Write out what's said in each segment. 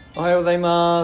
おはようございます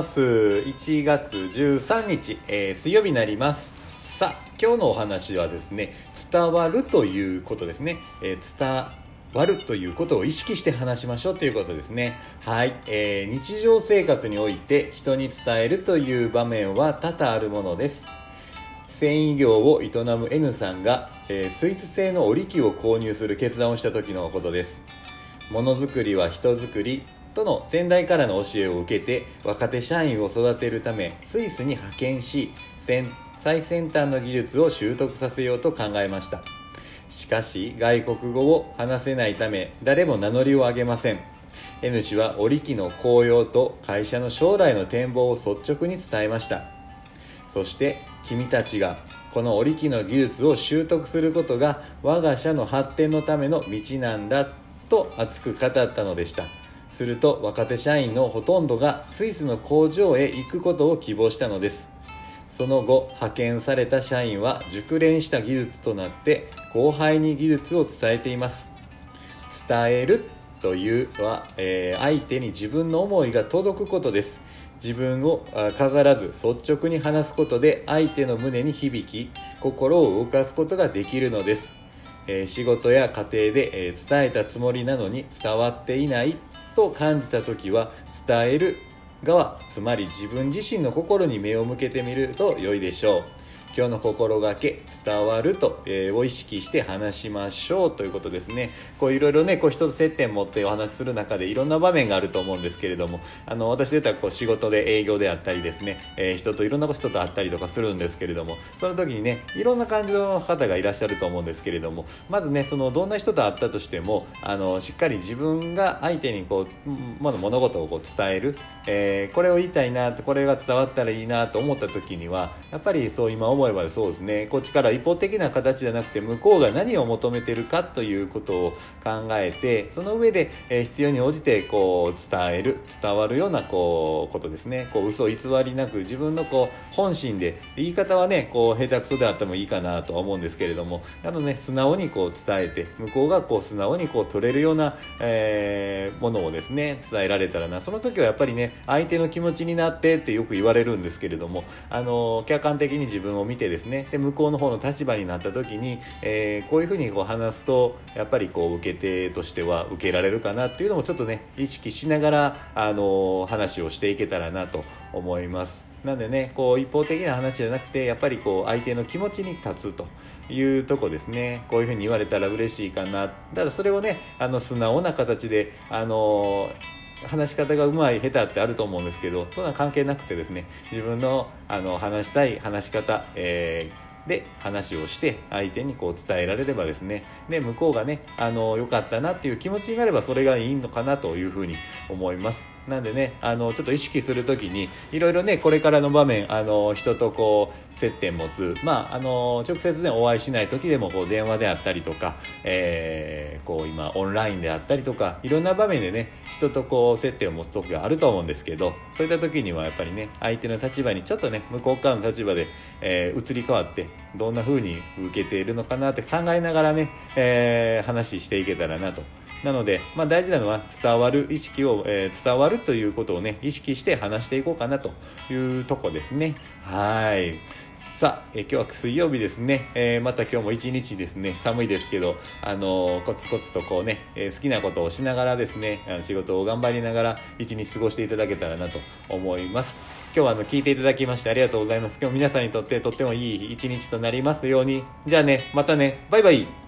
。1月13日、水曜日になります。さあ、今日のお話はですね、伝わるということですね。伝わるということを意識して話しましょうということですね。はい、日常生活において人に伝えるという場面は多々あるものです。繊維業を営む N さんが、スイス製の織り機を購入する決断をした時のことです。ものづくりは人づくりとの先代からの教えを受けて若手社員を育てるためスイスに派遣し、最先端の技術を習得させようと考えました。しかし外国語を話せないため誰も名乗りを上げません。 N 氏は織り機の効用と会社の将来の展望を率直に伝えました。そして君たちがこの織り機の技術を習得することが我が社の発展のための道なんだと熱く語ったのでした。すると若手社員のほとんどがスイスの工場へ行くことを希望したのです。その後派遣された社員は熟練した技術となって後輩に技術を伝えています。伝えるというは、相手に自分の思いが届くことです。自分を飾らず率直に話すことで相手の胸に響き心を動かすことができるのです。仕事や家庭で、伝えたつもりなのに伝わっていないと感じたときは伝える側、つまり自分自身の心に目を向けてみると良いでしょう。今日の心がけ、伝わると、を意識して話しましょうということですね。こういろいろね、一つ接点持ってお話しする中でいろんな場面があると思うんですけれども、私で言ったら仕事で営業であったりですね、人といろんな人と会ったりとかするんですけれども、その時にね、いろんな感じの方がいらっしゃると思うんですけれども、まずね、どんな人と会ったとしてもしっかり自分が相手に物事を伝える、これを言いたいなと、これが伝わったらいいなと思った時にはやっぱり今思えばそうですね、こっちから一方的な形じゃなくて向こうが何を求めてるかということを考えて、その上で、必要に応じて伝わるようなことですね。嘘偽りなく自分の本心で、言い方はね下手くそであってもいいかなとは思うんですけれども、素直に伝えて向こうが素直に取れるような、ものをですね伝えられたらな。その時はやっぱりね、相手の気持ちになってってよく言われるんですけれども、客観的に自分を見てですね、で向こうの方の立場になった時に、こういうふうに話すとやっぱり受け手としては受けられるかなっていうのもちょっとね意識しながら話をしていけたらなと思います。なんでね、一方的な話じゃなくて、やっぱり相手の気持ちに立つというとこですね。こういうふうに言われたら嬉しいかな。だからそれをね素直な形で話し方がうまい下手ってあると思うんですけど、そんな関係なくてですね、自分の話したい話し方、で話をして相手に伝えられればですね、で向こうがね良かったなっていう気持ちになればそれがいいのかなというふうに思います。なんでねちょっと意識するときにいろいろね、これからの場面人と接点持つ、直接ねお会いしない時でも電話であったりとか、今オンラインであったりとか、いろんな場面でね人と接点を持つ時があると思うんですけど、そういった時にはやっぱりね相手の立場にちょっとね向こう側の立場で、移り変わってどんな風に受けているのかなって考えながらね、話していけたらなと。なので、大事なのは伝わる意識を、伝わるということをね意識して話していこうかなというとこですね。はい。さあ、今日は水曜日ですね。また今日も一日ですね、寒いですけどコツコツと好きなことをしながらですね、仕事を頑張りながら一日過ごしていただけたらなと思います。今日は聞いていただきましてありがとうございます。今日皆さんにとってとってもいい一日となりますように。じゃあね、またね、バイバイ。